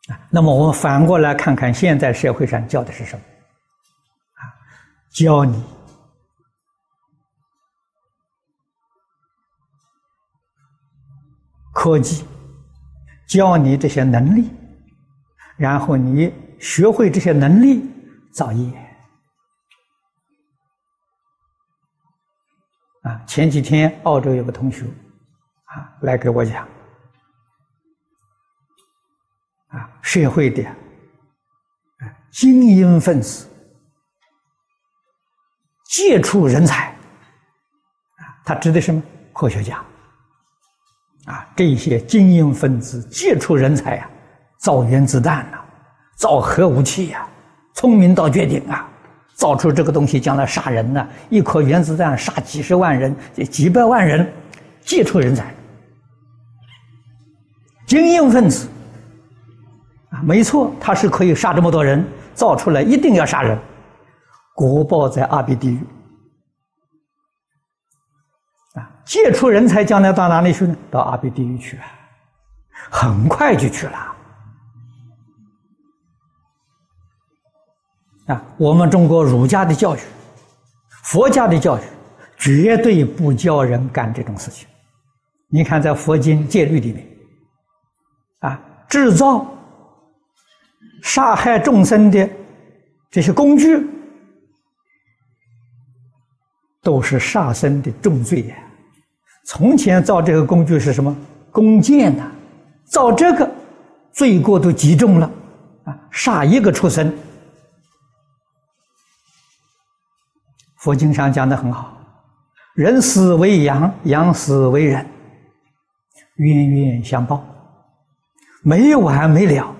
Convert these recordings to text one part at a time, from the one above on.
那么我们反过来看看现在社会上教的是什么？教你科技，教你这些能力，然后你学会这些能力造业。前几天澳洲有个同学来给我讲社会的精英分子杰出人才他指的什么？科学家这些精英分子杰出人才造原子弹造核武器聪明到绝顶造出这个东西将来杀人一颗原子弹杀几十万人几百万人，杰出人才精英分子没错，他是可以杀这么多人，造出来一定要杀人，国报在阿鼻地狱杰出人才将来到哪里去呢？到阿鼻地狱去很快就去了我们中国儒家的教育、佛家的教育绝对不教人干这种事情。你看在佛经戒律里面制造杀害众生的这些工具都是杀生的重罪从前造这个工具是什么？弓箭造这个罪过都极重了杀一个畜生。佛经上讲得很好，人死为羊，羊死为人，冤冤相报，没完没了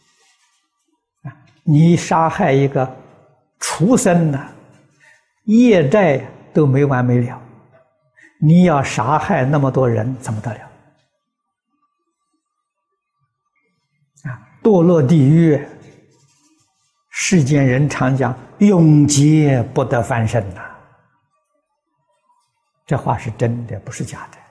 你杀害一个畜生业债都没完没了，你要杀害那么多人怎么得了堕落地狱，世间人常讲永劫不得翻身这话是真的，不是假的